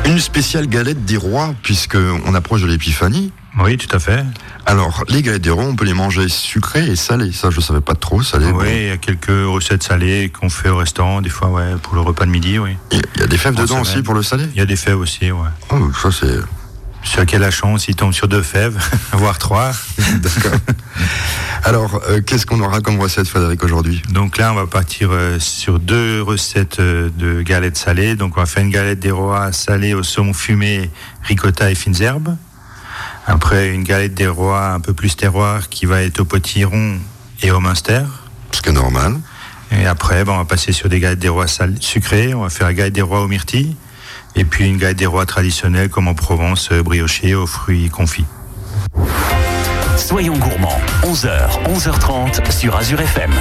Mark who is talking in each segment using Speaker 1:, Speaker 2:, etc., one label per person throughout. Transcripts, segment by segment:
Speaker 1: Une spéciale galette des rois, puisqu'on approche de l'épiphanie.
Speaker 2: Oui, tout à fait.
Speaker 1: Alors, les galettes des rois, on peut les manger sucrées et salées. Ça, je ne savais pas trop, salées.
Speaker 2: Oui,
Speaker 1: bon.
Speaker 2: Il y a quelques recettes salées qu'on fait au restaurant, des fois, ouais, pour le repas de midi, oui.
Speaker 1: Il y a des fèves dedans
Speaker 2: semaine.
Speaker 1: aussi pour le salé?
Speaker 2: Il y a des fèves aussi, ouais.
Speaker 1: Oh, ça c'est...
Speaker 2: Celui qui a la chance, il tombe sur 2 fèves, voire 3.
Speaker 1: D'accord. Alors, qu'est-ce qu'on aura comme recette, Frédéric, aujourd'hui?
Speaker 2: Donc là, on va partir sur 2 recettes de galettes salées. Donc on va faire une galette des rois salée au saumon fumé, ricotta et fines herbes. Après, une galette des rois un peu plus terroir qui va être au potiron et au Munster.
Speaker 1: Ce qui est normal.
Speaker 2: Et après, on va passer sur des galettes des rois sucrées. On va faire la galette des rois aux myrtilles. Et puis une galette des rois traditionnelle comme en Provence, briochée aux fruits confits.
Speaker 3: Soyons gourmands, 11h, 11h30 sur Azure FM.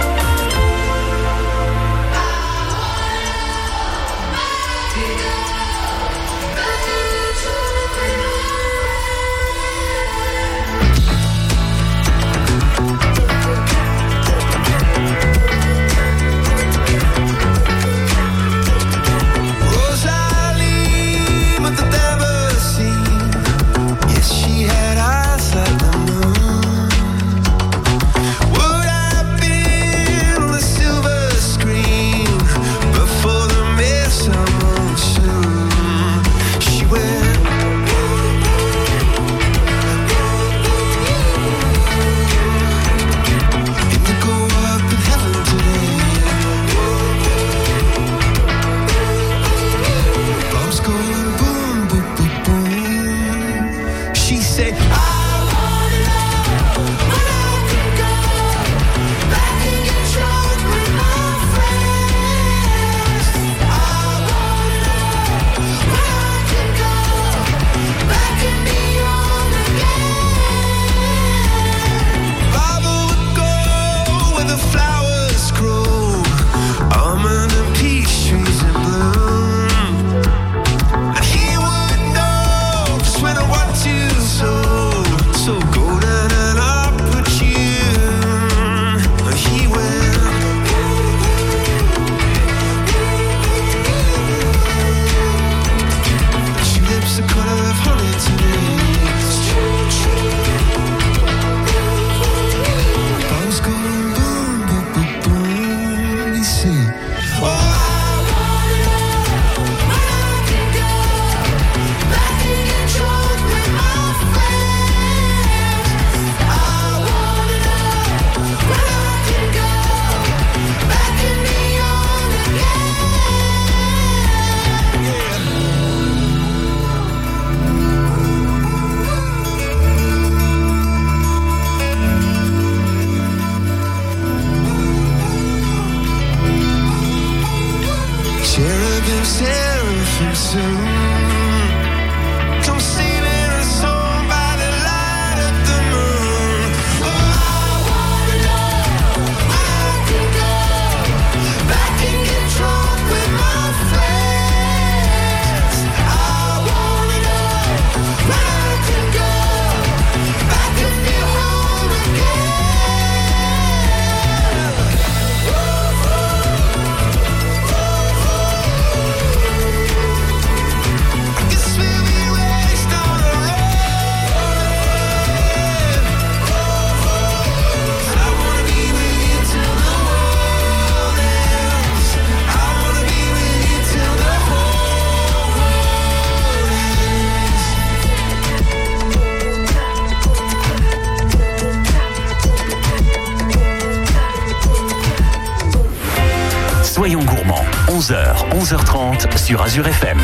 Speaker 3: Soyons gourmands, 11h, 11h30 sur Azure FM.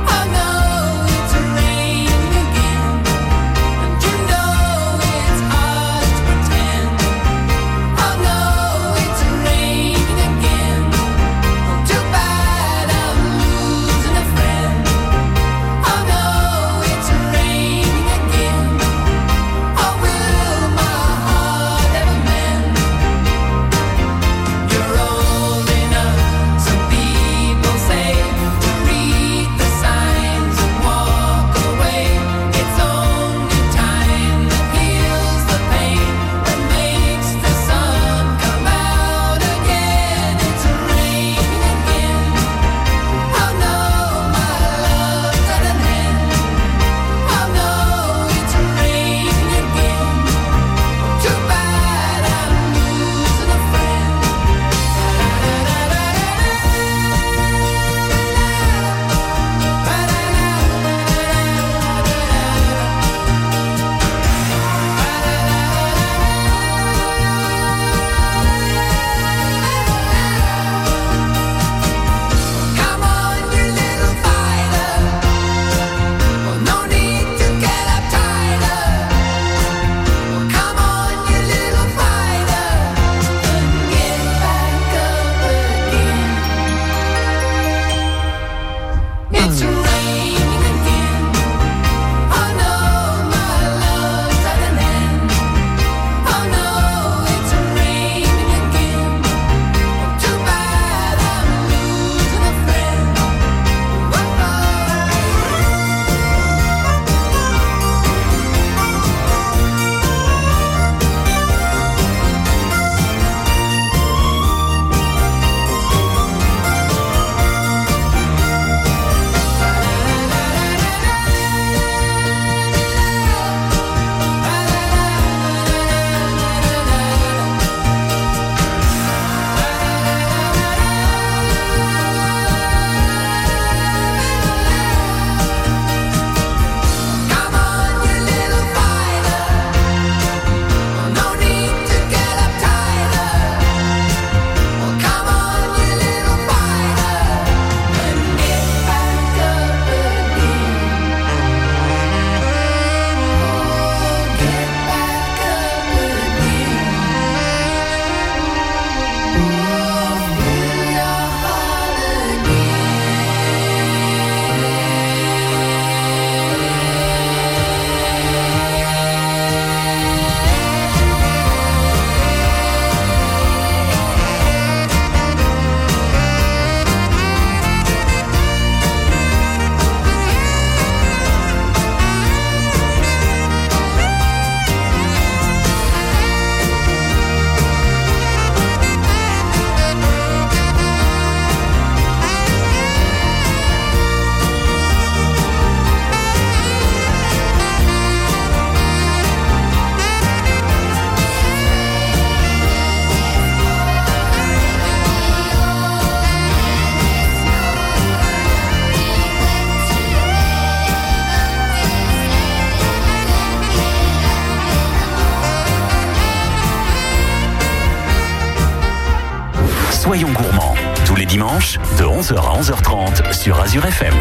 Speaker 4: It's
Speaker 3: Soyons gourmands, tous les dimanches, de 11h à 11h30 sur Azure FM.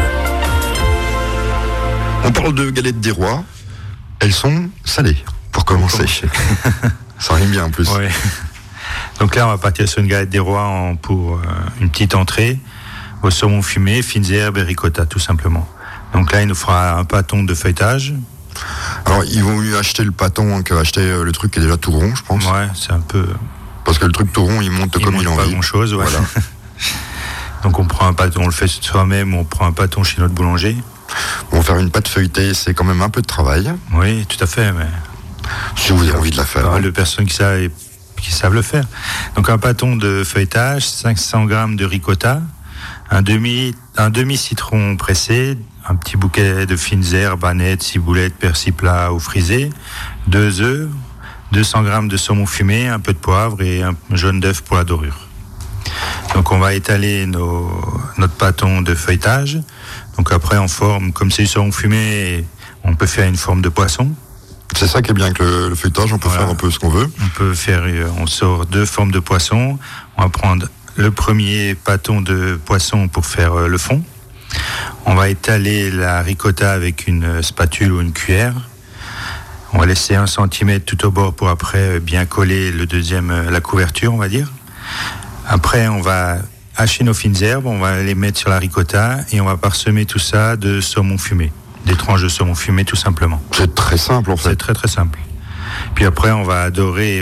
Speaker 1: On parle de galettes des rois. Elles sont salées, pour commencer. Ça rime bien en plus.
Speaker 2: Ouais. Donc là, on va partir sur une galette des rois pour une petite entrée au saumon fumé, fines herbes et ricotta, tout simplement. Donc là, il nous fera un pâton de feuilletage.
Speaker 1: Alors, ils vont mieux acheter le pâton qu'acheter le truc qui est déjà tout rond, je pense.
Speaker 2: Ouais, c'est un peu...
Speaker 1: Parce que le truc tout rond, il monte comme il en
Speaker 2: pas
Speaker 1: veut.
Speaker 2: grand-chose, ouais.
Speaker 1: Voilà.
Speaker 2: Donc on prend un pâton, on le fait soi-même, on prend un pâton chez notre boulanger.
Speaker 1: Bon, faire une pâte feuilletée, c'est quand même un peu de travail.
Speaker 2: Oui, tout à fait, mais...
Speaker 1: Si vous avez envie de la faire.
Speaker 2: Pas mal de personnes qui savent le faire. Donc un pâton de feuilletage, 500 grammes de ricotta, un demi citron pressé, un petit bouquet de fines herbes, anettes, ciboulettes, persil plat ou frisé, 2 œufs, 200 grammes de saumon fumé, un peu de poivre et un jaune d'œuf pour la dorure. Donc on va étaler notre pâton de feuilletage. Donc après en forme, comme c'est du saumon fumé, on peut faire une forme de poisson.
Speaker 1: C'est ça qui est bien avec le feuilletage, on peut faire un peu ce qu'on veut.
Speaker 2: On sort 2 formes de poisson. On va prendre le premier pâton de poisson pour faire le fond. On va étaler la ricotta avec une spatule ou une cuillère. On va laisser 1 cm tout au bord pour après bien coller la couverture, on va dire. Après, on va hacher nos fines herbes, on va les mettre sur la ricotta et on va parsemer tout ça de saumon fumé. Des tranches de saumon fumé, tout simplement.
Speaker 1: C'est très simple, en fait.
Speaker 2: C'est très très simple. Puis après, on va dorer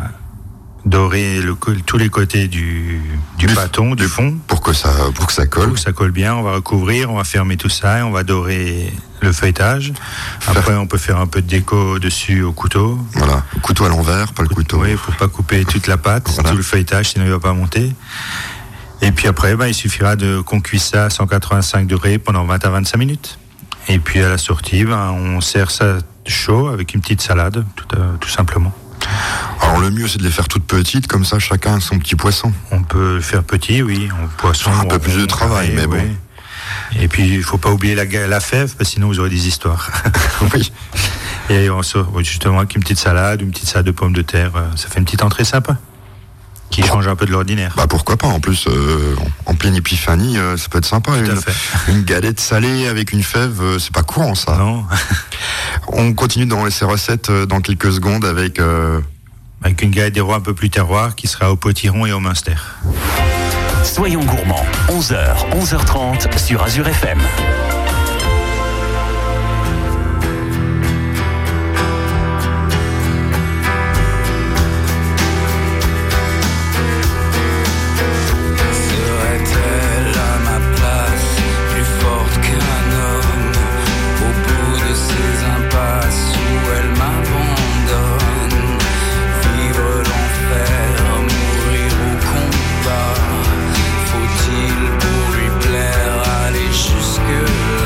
Speaker 2: tous les côtés du pâton, du fond.
Speaker 1: Pour que ça colle.
Speaker 2: Pour que ça colle bien, on va recouvrir, on va fermer tout ça et on va dorer le feuilletage. Après, on peut faire un peu de déco dessus au couteau.
Speaker 1: Voilà, le couteau à l'envers, pas le couteau.
Speaker 2: Oui, pour pas couper toute la pâte, tout le feuilletage, sinon il va pas monter. Et puis après, il suffira qu'on cuise ça à 185 degrés pendant 20 à 25 minutes. Et puis à la sortie, on sert ça chaud avec une petite salade, tout simplement.
Speaker 1: Alors le mieux, c'est de les faire toutes petites, comme ça chacun a son petit poisson.
Speaker 2: On peut le faire petit, oui. Poisson,
Speaker 1: un peu plus de travail, mais bon.
Speaker 2: Et puis il faut pas oublier la fève, parce que sinon vous aurez des histoires.
Speaker 1: Oui.
Speaker 2: Et on sort justement avec une petite salade de pommes de terre. Ça fait une petite entrée sympa, qui change un peu de l'ordinaire.
Speaker 1: Pourquoi pas, en plus, en pleine épiphanie, ça peut être sympa. Une galette salée avec une fève, c'est pas courant, ça.
Speaker 2: Non.
Speaker 1: On continue dans ces recettes dans quelques secondes avec
Speaker 2: une galette des rois un peu plus terroir, qui sera au potiron et au Munster.
Speaker 3: Soyons gourmands, 11h, 11h30 sur Azure FM.
Speaker 4: Faut-il pour lui plaire aller jusque-là?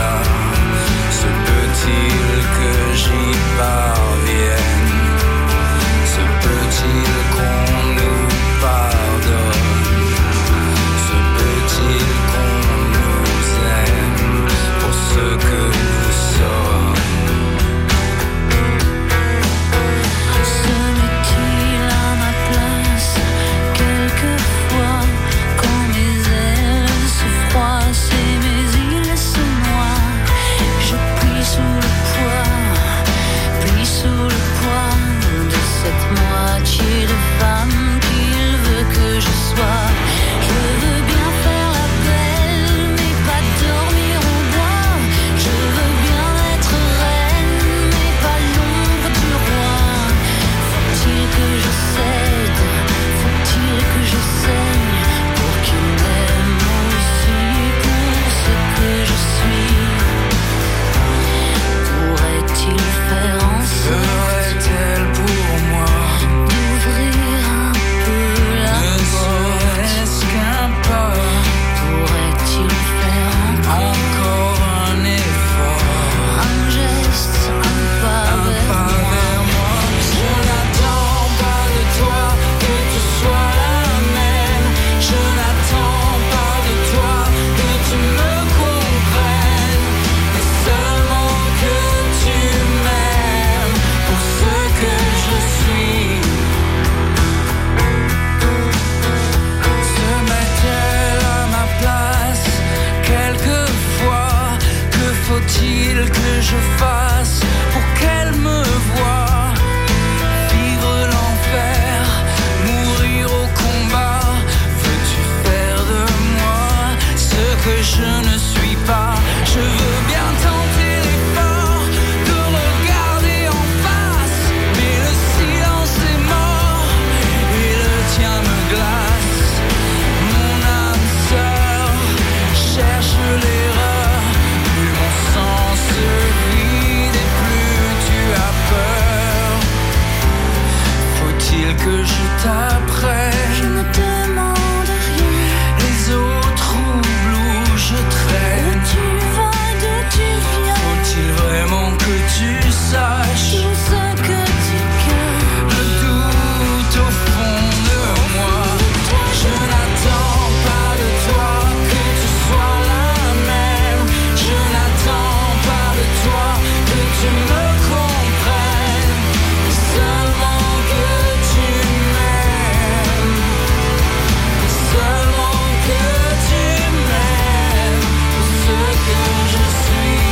Speaker 4: celle que je t'apprenne.
Speaker 5: Je me demande rien.
Speaker 4: Les eaux troubles où je traîne.
Speaker 5: Où tu vas, d'où tu viens.
Speaker 4: Faut-il vraiment que tu saches
Speaker 5: tout ce que tu caches?
Speaker 4: le doute au fond de moi. Je n'attends pas de toi que tu sois la même. Je n'attends pas de toi que tu me comprennes. Seulement que tu m'aimes. Seulement que tu m'aimes pour ce que je suis.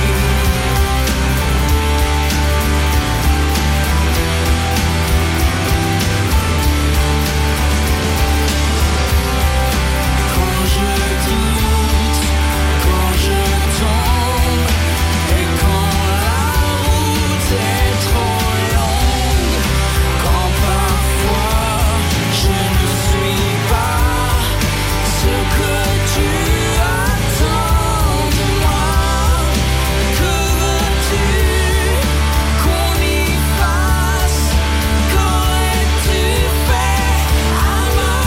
Speaker 4: Quand je doute, quand je tombe, et quand la route est trop longue, quand parfois je ne suis pas ce que tu attends de moi. Que veux-tu qu'on y fasse? Qu'aurais-tu fait à ma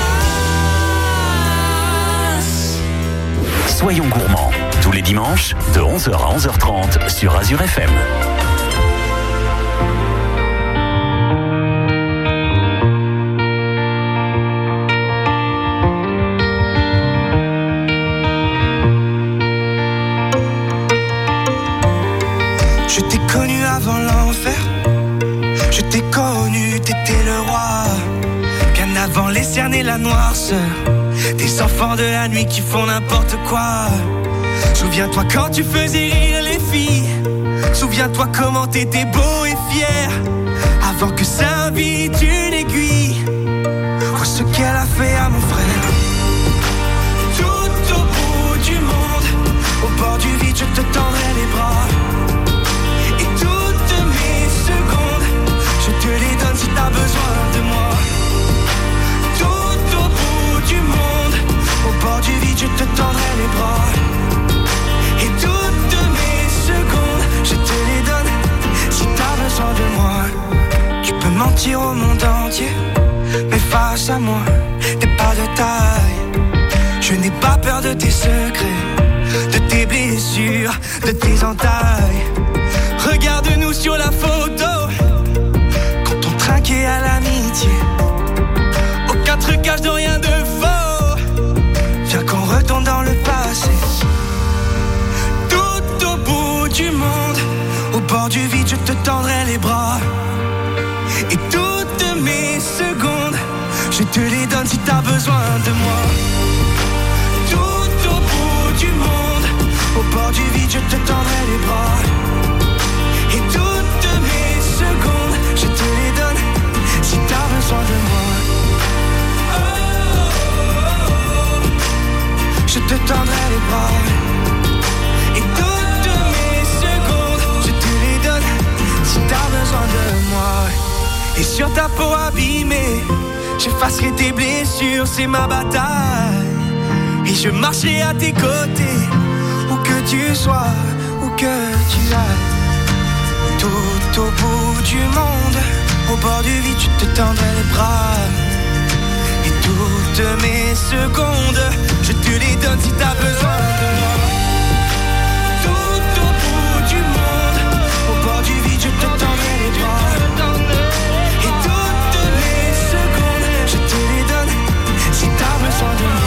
Speaker 4: place?
Speaker 3: Soyons gourmands, tous les dimanches, de 11h à 11h30 sur Azure FM.
Speaker 6: Je t'ai connu avant l'enfer. Je t'ai connu, t'étais le roi. Bien avant les cernes et la noirceur. Des enfants de la nuit qui font n'importe quoi. Souviens-toi quand tu faisais rire les filles. Souviens-toi comment t'étais beau et fier. Avant que s'invite une aiguille. Vois ce qu'elle a fait à mon frère. Tout au bout du monde, au bord du vide, je te tendrai les bras. Et toutes mes secondes, je te les donne si t'as besoin de moi. Tout au bout du monde, au bord du vide, je te tendrai les bras. Et toutes mes secondes, je te les donne si t'as besoin de moi. Tu peux mentir au monde entier, mais face à moi, t'es pas de taille. Je n'ai pas peur de tes secrets, de tes blessures, de tes entailles. Regarde-nous sur la photo, quand on trinquait à l'amitié. Aucun trucage de rien de faux. Viens qu'on retourne dans le passé. Tout au bout du monde, au bord du vide, je te tendrai les bras. Et toutes mes secondes, je te les donne si t'as besoin de moi. Tout au bout du monde, au bord du vide, je te tendrai les bras. Et toutes mes secondes, je te les donne si t'as besoin de moi. Oh, oh, oh. Je te tendrai les bras. Et toutes mes secondes, je te les donne si t'as besoin de moi. Et sur ta peau abîmée, j'effacerai tes blessures, c'est ma bataille. Et je marcherai à tes côtés, où que tu sois, où que tu ailles. Tout au bout du monde, au bord du vide, je te tendrai les bras. Et toutes mes secondes, je te les donne si t'as besoin de moi. Tout au bout du monde, au bord du vide, je te tendrai les bras. Et toutes mes secondes, je te les donne si t'as besoin de moi.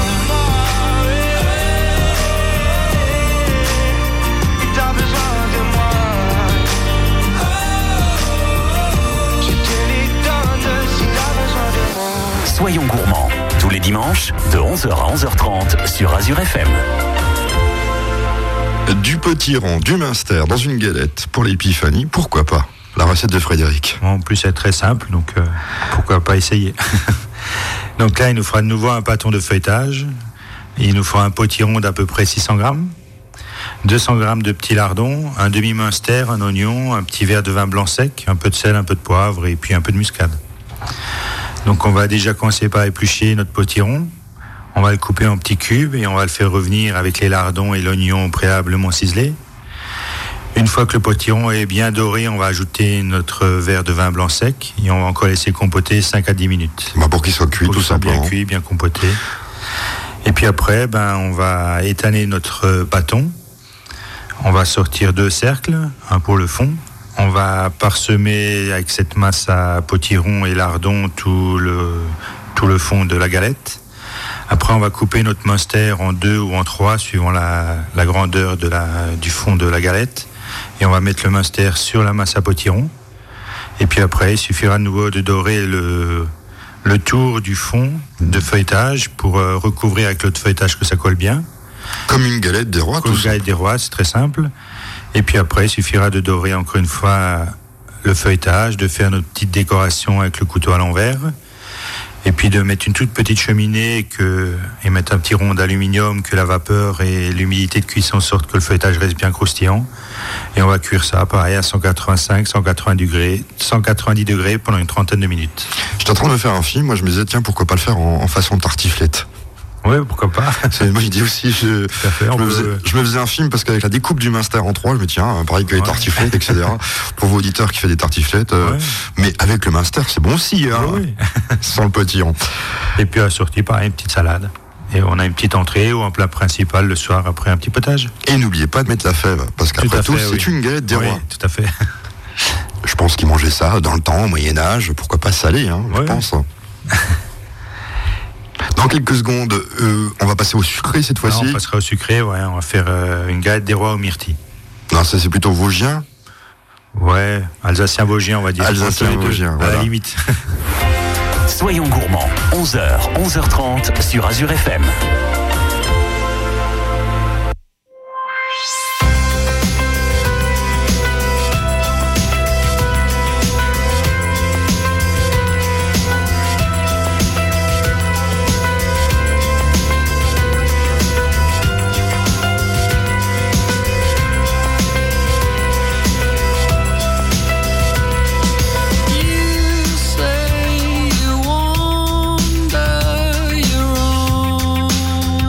Speaker 6: Et t'as besoin de moi. Je te les donne si t'as besoin de moi.
Speaker 3: Soyons gourmands, tous les dimanches, de 11h à 11h30 sur Azure FM.
Speaker 1: Du potiron, du minster dans une galette pour l'épiphanie, pourquoi pas? La recette de Frédéric.
Speaker 2: En plus, c'est très simple, donc pourquoi pas essayer. Donc là, il nous fera de nouveau un pâton de feuilletage. Il nous fera un potiron d'à peu près 600 grammes. 200 grammes de petits lardons, un demi-minster, un oignon, un petit verre de vin blanc sec, un peu de sel, un peu de poivre et puis un peu de muscade. Donc on va déjà commencer par éplucher notre potiron. On va le couper en petits cubes et on va le faire revenir avec les lardons et l'oignon préalablement ciselés. Une fois que le potiron est bien doré, on va ajouter notre verre de vin blanc sec et on va encore laisser compoter 5 à 10 minutes.
Speaker 1: Pour qu'il soit cuit, tout simplement.
Speaker 2: Bien cuit, bien compoté. Et puis après, on va étaler notre bâton. On va sortir 2 cercles, un pour le fond. On va parsemer avec cette masse à potiron et lardon tout le fond de la galette. Après, on va couper notre Munster en 2 ou en 3, suivant la grandeur du fond de la galette. Et on va mettre le Munster sur la masse à potiron. Et puis après, il suffira de nouveau de dorer le tour du fond de feuilletage pour recouvrir avec l'autre feuilletage que ça colle bien.
Speaker 1: Comme une galette des rois,
Speaker 2: Comme une galette des rois, c'est très simple. Et puis après, il suffira de dorer encore une fois le feuilletage, de faire notre petite décoration avec le couteau à l'envers. Et puis de mettre une toute petite cheminée et mettre un petit rond d'aluminium que la vapeur et l'humidité de cuisson sortent que le feuilletage reste bien croustillant. Et on va cuire ça, pareil, à 190 degrés pendant une trentaine de minutes.
Speaker 1: J'étais en train de me faire un film, moi je me disais, tiens, pourquoi pas le faire en façon tartiflette.
Speaker 2: Ouais, pourquoi pas.
Speaker 1: C'est une bonne idée aussi. Je me faisais un film parce qu'avec la découpe du Munster en 3, je me tiens, pareil que les tartiflettes, etc. Pour vos auditeurs qui fait des tartiflettes. Mais avec le Munster, c'est bon aussi, hein, oui. Sans le potiron.
Speaker 2: Et puis à la sortie, pareil, une petite salade. Et on a une petite entrée ou un plat principal le soir après un petit potage.
Speaker 1: Et n'oubliez pas de mettre la fève, parce qu'après tout, c'est une galette des rois.
Speaker 2: Tout à fait.
Speaker 1: Je pense qu'ils mangeaient ça dans le temps, au Moyen-Âge. Pourquoi pas salé, hein, je pense. Dans quelques secondes, on va passer au sucré cette fois-ci.
Speaker 2: On passera au sucré, ouais. On va faire une galette des rois aux myrtilles.
Speaker 1: Non, ça c'est plutôt vosgien.
Speaker 2: Ouais, alsacien-vosgien, on va dire.
Speaker 1: Alsacien-vosgien,
Speaker 2: à la limite.
Speaker 3: Soyons gourmands, 11h, 11h30 sur Azure FM.
Speaker 4: Say you wander your own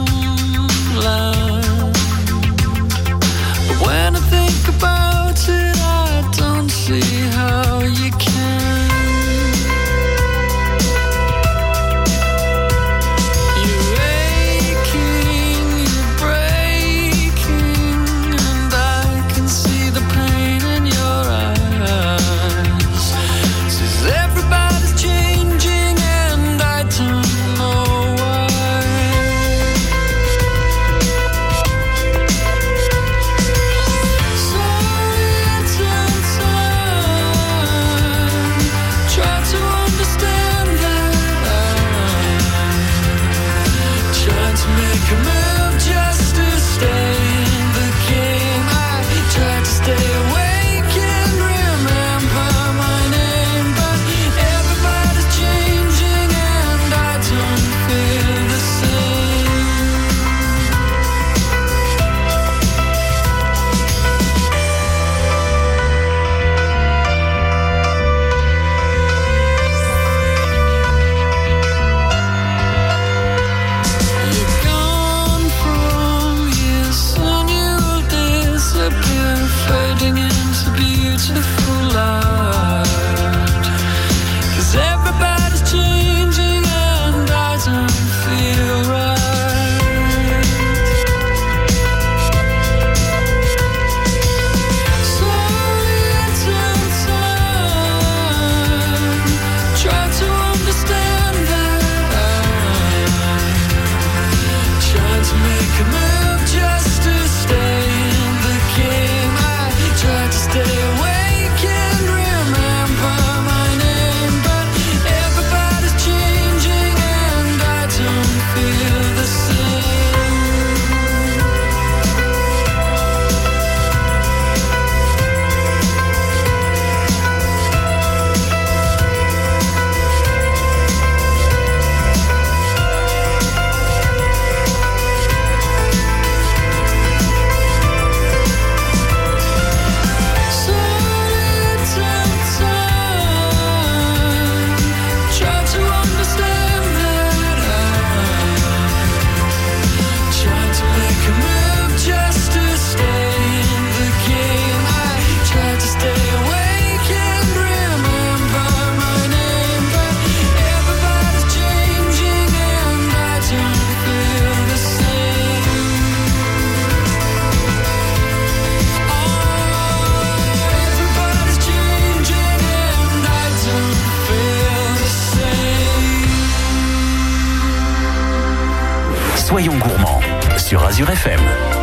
Speaker 3: Soyons gourmands sur Azure FM.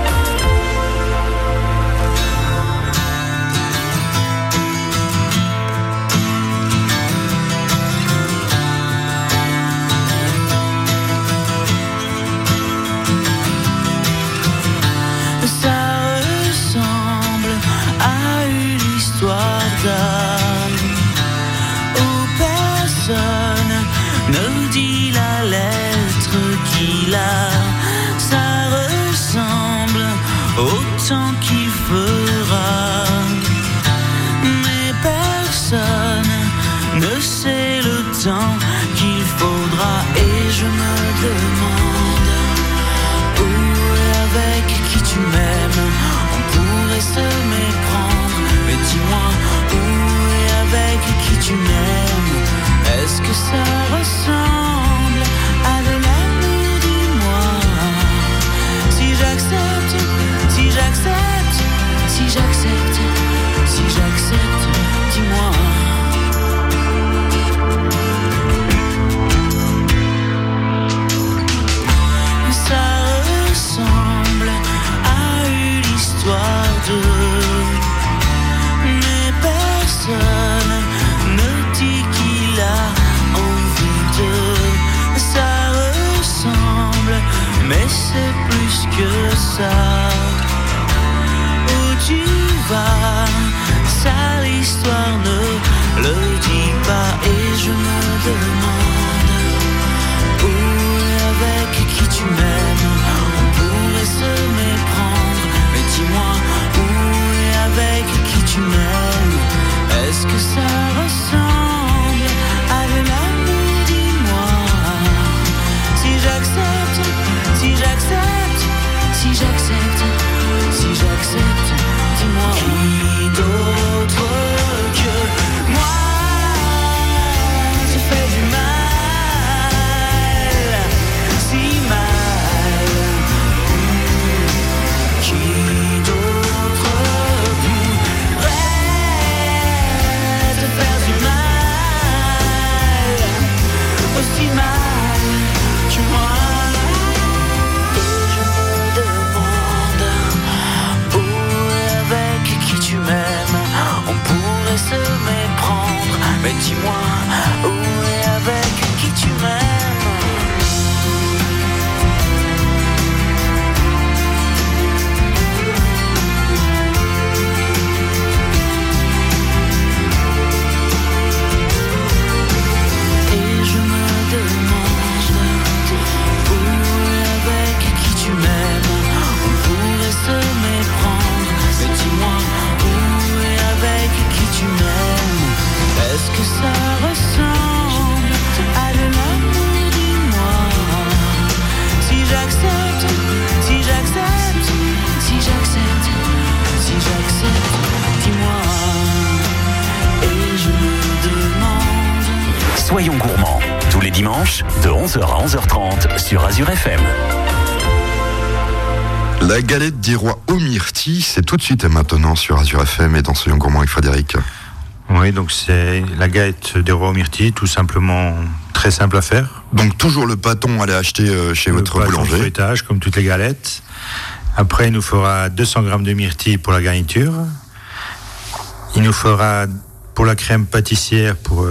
Speaker 4: Ça ressemble au temps qu'il fera, mais personne ne sait le temps qu'il faudra. Et je me demande où et avec qui tu m'aimes, on pourrait se méprendre. Mais dis-moi où et avec qui tu m'aimes, est-ce que ça ressemble à de l'amour? Dis-moi si j'accepte, si j'accepte, si j'accepte, si j'accepte, dis-moi. Ça ressemble à une histoire de, mais personne ne dit qu'il a envie de. Ça ressemble, mais c'est plus que ça. Où tu vas, ça l'histoire ne le dit pas. Et je me demande où et avec qui tu m'aimes, on pourrait se méprendre. Mais dis-moi où et avec qui tu m'aimes, est-ce que ça ressemble à de l'amour? Dis-moi si j'accepte, si j'accepte, si j'accepte, si j'accepte, dis-moi. Qui d'autre que moi se fait du mal, si mal? Qui d'autre pourrait te faire du mal, aussi mal que moi? Et je me demande où et avec qui tu m'aimes, on pourrait se méprendre. Mais dis-moi où et avec qui tu m'aimes. Et je me demande où et avec qui tu m'aimes, on pourrait se méprendre. Mais dis-moi où et avec qui tu m'aimes, est-ce que ça ressemble à de l'amour? Dis-moi si j'accepte, si j'accepte, si j'accepte, si j'accepte, dis-moi. Et je me demande.
Speaker 3: Soyons gourmands, tous les dimanches, de 11h à 11h30 sur Azure FM.
Speaker 1: La galette des rois aux myrtilles, c'est tout de suite et maintenant sur Azure FM et dans Soyons gourmands avec Frédéric.
Speaker 2: Oui, donc c'est la galette des rois aux myrtilles, tout simplement très simple à faire.
Speaker 1: Donc toujours le pâton à aller acheter chez votre boulanger.
Speaker 2: Le feuilletage, comme toutes les galettes. Après, il nous fera 200 grammes de myrtilles pour la garniture. Il nous fera pour la crème pâtissière, pour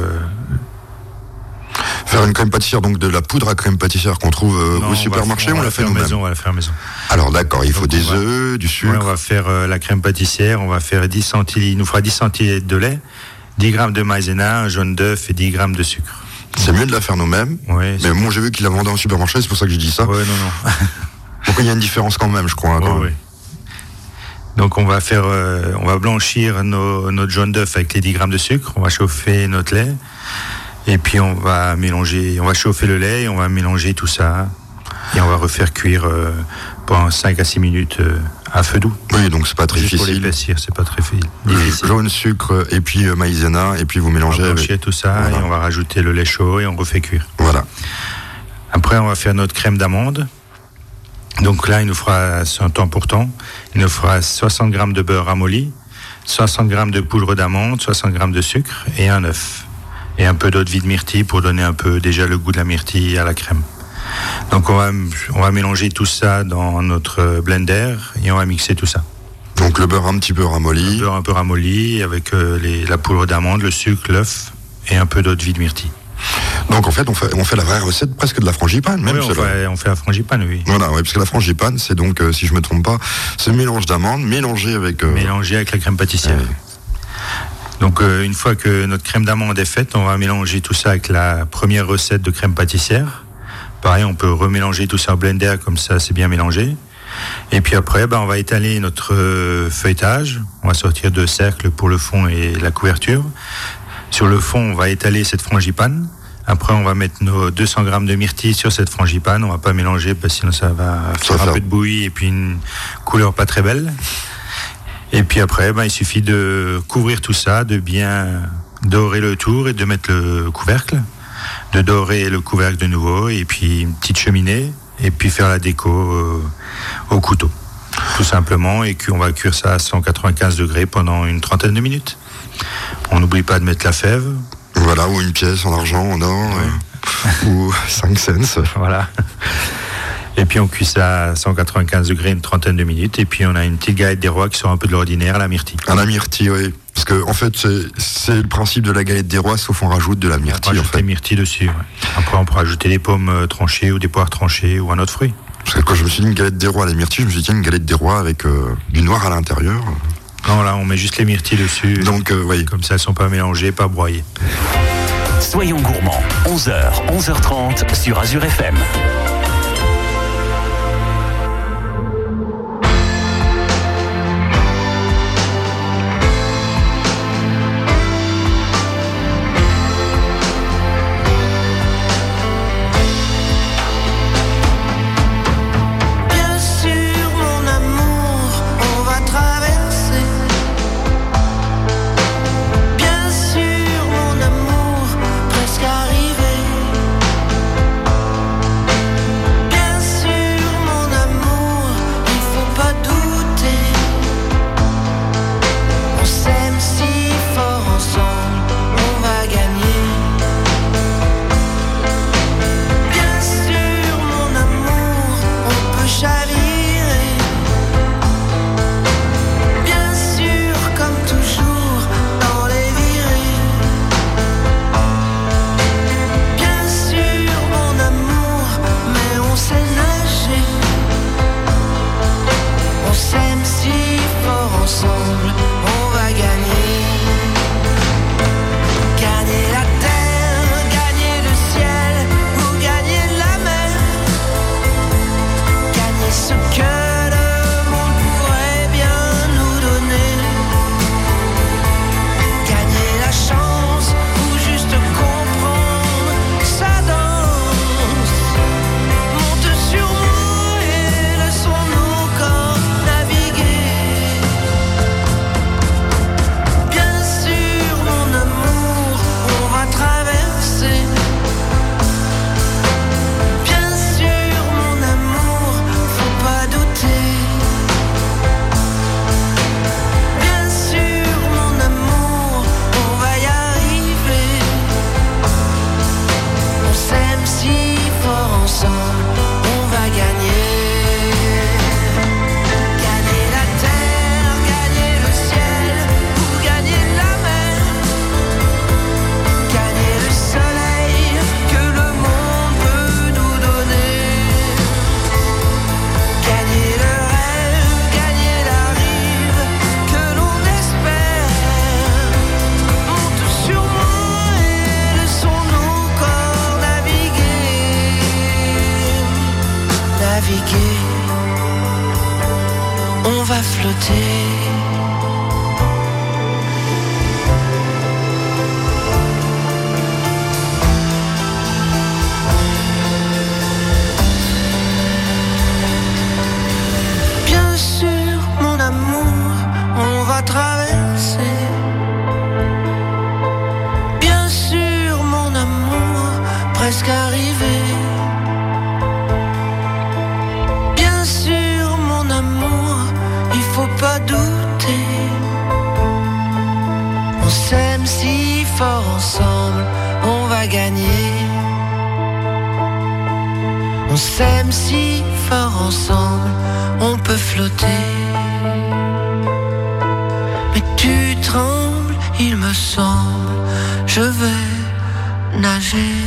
Speaker 1: faire une crème pâtissière, donc de la poudre à crème pâtissière qu'on trouve au supermarché, on la fait nous-mêmes.
Speaker 2: On va la faire maison.
Speaker 1: Alors d'accord, il faut des œufs, du sucre.
Speaker 2: Ouais, on va faire la crème pâtissière, on va faire 10 centilitres, il nous fera 10 centilitres de lait, 10 grammes de maïzena, un jaune d'œuf et 10 grammes de sucre.
Speaker 1: C'est mieux de la faire nous-mêmes.
Speaker 2: Ouais,
Speaker 1: mais bon, j'ai vu qu'il la vendait en supermarché, c'est pour ça que je dis ça.
Speaker 2: Ouais, non.
Speaker 1: Donc il y a une différence quand même, je crois.
Speaker 2: Ouais. Donc on va faire, on va blanchir notre jaune d'œuf avec les 10 grammes de sucre, on va chauffer notre lait. Et puis on va mélanger, on va chauffer le lait et on va mélanger tout ça. Et on va refaire cuire pendant 5 à 6 minutes à feu doux.
Speaker 1: Oui, donc c'est pas très difficile.
Speaker 2: Pour l'épaissir, c'est pas très difficile.
Speaker 1: Jaune, sucre et puis maïzena et puis vous mélangez.
Speaker 2: On va blanchir tout ça, voilà. Et on va rajouter le lait chaud et on refait cuire.
Speaker 1: Voilà.
Speaker 2: Après on va faire notre crème d'amande. Donc là il nous fera un temps pour temps. Il nous fera 60 grammes de beurre ramolli, 60 grammes de poudre d'amande, 60 grammes de sucre et un œuf. Et un peu d'eau de vie de myrtille pour donner un peu déjà le goût de la myrtille à la crème. Donc on va mélanger tout ça dans notre blender et on va mixer tout ça.
Speaker 1: Donc le beurre un petit peu ramolli.
Speaker 2: Le beurre un peu ramolli avec la poudre d'amande, le sucre, l'œuf et un peu d'eau de vie de myrtille.
Speaker 1: Donc en fait, on fait la vraie recette presque de la frangipane, même.
Speaker 2: Oui, on fait la frangipane, oui.
Speaker 1: Voilà, ouais, parce que la frangipane, c'est donc, si je me trompe pas, ce mélange d'amandes mélangé avec
Speaker 2: la crème pâtissière. Donc une fois que notre crème d'amande est faite, on va mélanger tout ça avec la première recette de crème pâtissière. Pareil, on peut remélanger tout ça au blender, comme ça c'est bien mélangé. Et puis après, on va étaler notre feuilletage. On va sortir 2 cercles pour le fond et la couverture. Sur le fond, on va étaler cette frangipane. Après, on va mettre nos 200 grammes de myrtille sur cette frangipane. On va pas mélanger parce que sinon ça va faire un peu de bouillie et puis une couleur pas très belle. Et puis après, il suffit de couvrir tout ça, de bien dorer le tour et de mettre le couvercle. De dorer le couvercle de nouveau et puis une petite cheminée et puis faire la déco au couteau. Tout simplement, et qu'on va cuire ça à 195 degrés pendant une trentaine de minutes. On n'oublie pas de mettre la fève.
Speaker 1: Voilà, ou une pièce en argent, en or, ou 5 cents.
Speaker 2: Voilà. Et puis on cuit ça à 195 degrés une trentaine de minutes. Et puis on a une petite galette des rois qui sort un peu de l'ordinaire, la myrtille.
Speaker 1: Ah, la myrtille, oui. Parce que en fait, c'est le principe de la galette des rois, sauf on rajoute de la myrtille.
Speaker 2: On rajoute des myrtilles dessus. Ouais. Après, on peut rajouter des pommes tranchées ou des poires tranchées ou un autre fruit.
Speaker 1: Parce que quand je me suis dit une galette des rois à la myrtille, je me suis dit une galette des rois avec du noir à l'intérieur.
Speaker 2: Non, là, on met juste les myrtilles dessus.
Speaker 1: Donc, oui.
Speaker 2: Comme ça, elles ne sont pas mélangées, pas broyées.
Speaker 3: Soyons gourmands, 11h, 11h30 sur Azure FM.
Speaker 7: On s'aime si fort ensemble, on peut flotter. Mais tu trembles, il me semble, je vais nager.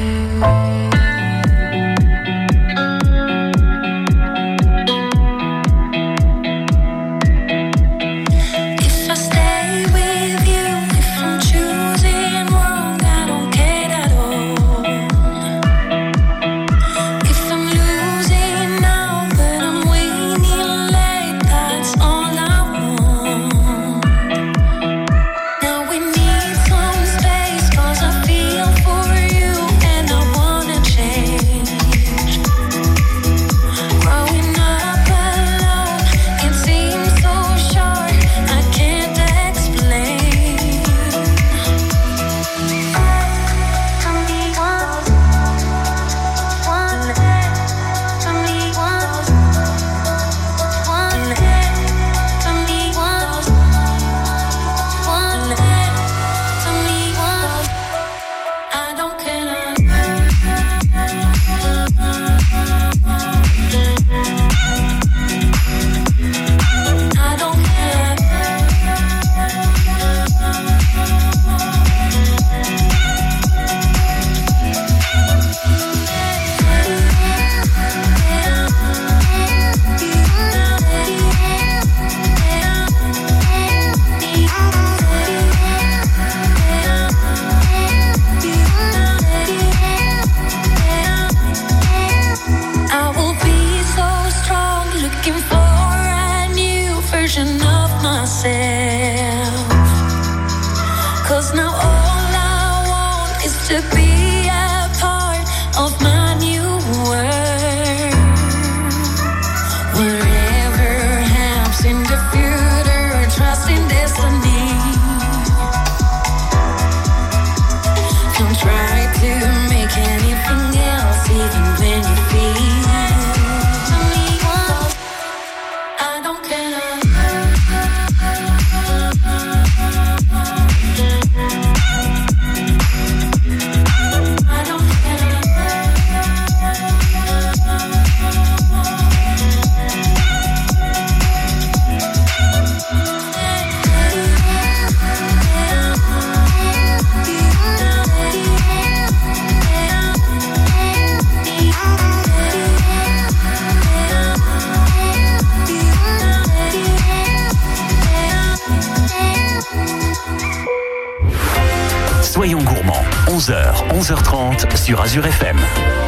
Speaker 3: Soyons gourmands, 11h, 11h30 sur Azure FM.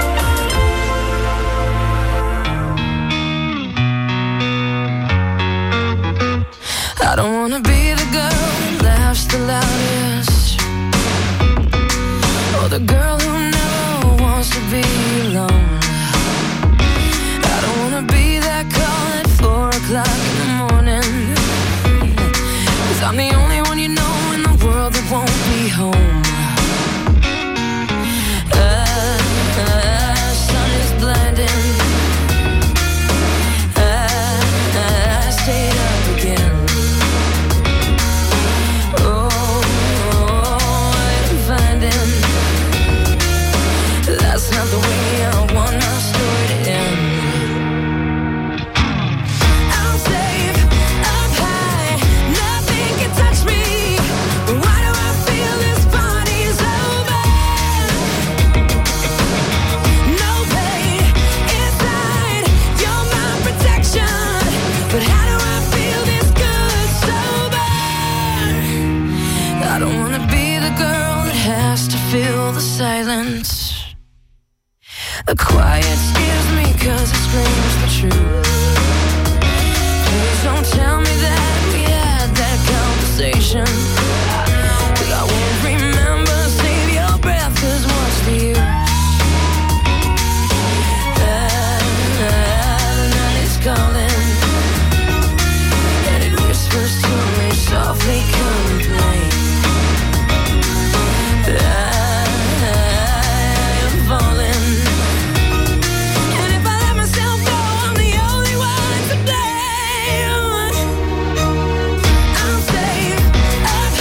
Speaker 5: I don't wanna be the girl who laughs the loudest, or the girl who never wants to be alone. I don't wanna be that call at 4 o'clock in the morning, 'cause I'm the only one you know in the world that won't be home. Sun is blinding, I stayed up again. That's not the way I want my story to end. I'm safe, up high, nothing can touch me. Why do I feel this party's over? No pain inside, you're my protection. But how do I feel this good sober? I don't wanna be the girl that has to feel the silence. The quiet scares me 'cause it screams the truth. Please don't tell me that we had that conversation, 'cause I won't remember. Save your breath, 'cause what's the use? The night is calling, and it whispers to me softly, complain. I'm falling. I'm safe, up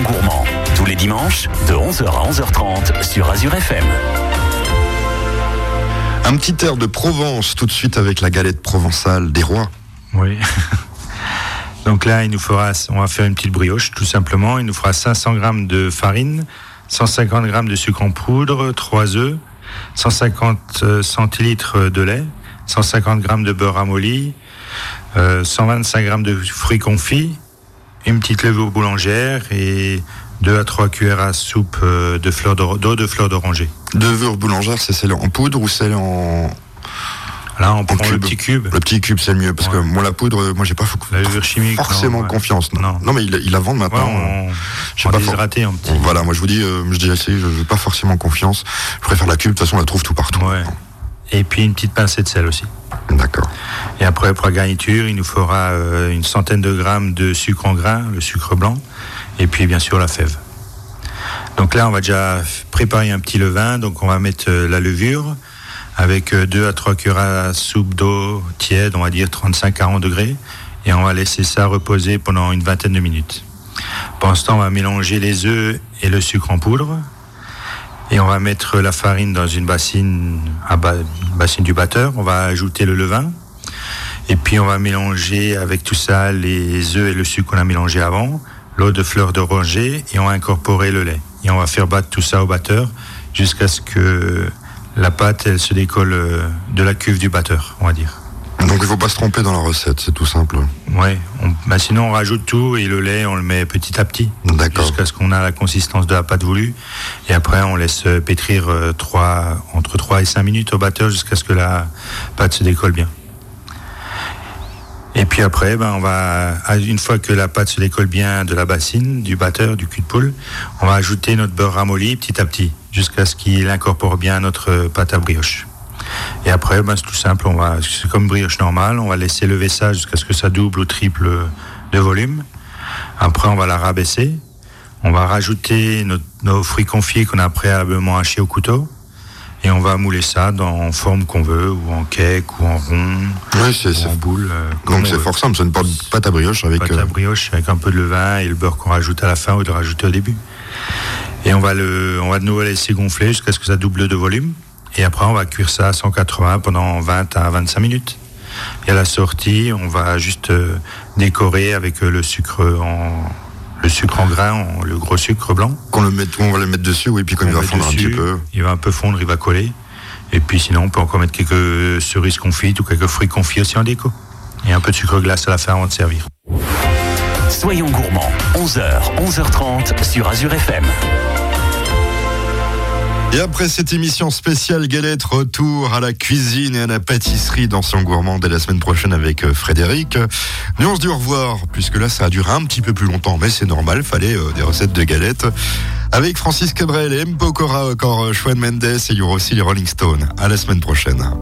Speaker 3: gourmands, tous les dimanches, de 11h à 11h30 sur Azure FM.
Speaker 1: Un petit air de Provence tout de suite avec la galette provençale des rois.
Speaker 2: Oui. Donc là, on va faire une petite brioche, tout simplement. Il nous fera 500 grammes de farine, 150 grammes de sucre en poudre, 3 œufs, 150 centilitres de lait, 150 grammes de beurre ramolli, 125 grammes de fruits confits, une petite levure boulangère et 2 à 3 cuillères à soupe d'eau de fleurs d'oranger.
Speaker 1: Levure boulangère, c'est celle en poudre ou celle en...
Speaker 2: Là, on prend le petit cube.
Speaker 1: Le petit cube, c'est le mieux, parce que moi, la poudre, j'ai pas
Speaker 2: la levure chimique,
Speaker 1: forcément confiance. Non, mais ils la vendent maintenant.
Speaker 2: On déshydraté en petit.
Speaker 1: Voilà, moi je vous dis, j'ai essayé, je n'ai pas forcément confiance. Je préfère la cube, de toute façon, on la trouve tout partout.
Speaker 2: Ouais. Et puis une petite pincée de sel aussi.
Speaker 1: D'accord.
Speaker 2: Et après, pour la garniture, il nous faudra une centaine de grammes de sucre en grains, le sucre blanc, et puis bien sûr la fève. Donc là, on va déjà préparer un petit levain. Donc on va mettre la levure avec 2 à 3 cuillères à soupe d'eau tiède, on va dire 35-40 degrés, et on va laisser ça reposer pendant une vingtaine de minutes. Pendant ce temps, on va mélanger les œufs et le sucre en poudre, et on va mettre la farine dans une bassine du batteur. On va ajouter le levain, et puis on va mélanger avec tout ça les œufs et le sucre qu'on a mélangé avant, l'eau de fleurs d'oranger, et on va incorporer le lait. Et on va faire battre tout ça au batteur jusqu'à ce que la pâte, elle se décolle de la cuve du batteur, on va dire.
Speaker 1: Donc il ne faut pas se tromper dans la recette, c'est tout simple.
Speaker 2: Oui, sinon on rajoute tout et le lait, on le met petit à petit.
Speaker 1: D'accord.
Speaker 2: Jusqu'à ce qu'on a la consistance de la pâte voulue. Et après, on laisse pétrir entre 3 et 5 minutes au batteur jusqu'à ce que la pâte se décolle bien. Et puis après, une fois que la pâte se décolle bien de la bassine, du batteur, du cul de poule, on va ajouter notre beurre ramolli petit à petit, jusqu'à ce qu'il incorpore bien notre pâte à brioche. Et après, c'est tout simple, c'est comme brioche normale, on va laisser lever ça jusqu'à ce que ça double ou triple de volume. Après, on va la rabaisser, on va rajouter nos fruits confits qu'on a préalablement hachés au couteau. Et on va mouler ça en forme qu'on veut, ou en cake, ou en rond, ou en boule.
Speaker 1: Donc c'est fort simple, c'est une pâte à brioche avec...
Speaker 2: Pâte à brioche avec un peu de levain et le beurre qu'on rajoute à la fin ou de rajouter au début. Et on va de nouveau laisser gonfler jusqu'à ce que ça double de volume. Et après, on va cuire ça à 180 pendant 20 à 25 minutes. Et à la sortie, on va juste décorer avec le sucre en grain, le gros sucre blanc.
Speaker 1: On va le mettre dessus, oui, puis quand il va fondre un petit peu.
Speaker 2: Il va un peu fondre, il va coller. Et puis sinon, on peut encore mettre quelques cerises confites ou quelques fruits confits aussi en déco. Et un peu de sucre glace à la fin avant de servir.
Speaker 3: Soyons gourmands, 11h, 11h30 sur Azure FM.
Speaker 1: Et après cette émission spéciale galette, retour à la cuisine et à la pâtisserie dans Son Gourmand dès la semaine prochaine avec Frédéric. Nous on se dit au revoir, puisque là ça a duré un petit peu plus longtemps, mais c'est normal, fallait des recettes de galettes. Avec Francis Cabrel et M. Pokora, encore Shawn Mendes, et il y aura aussi les Rolling Stones. À la semaine prochaine.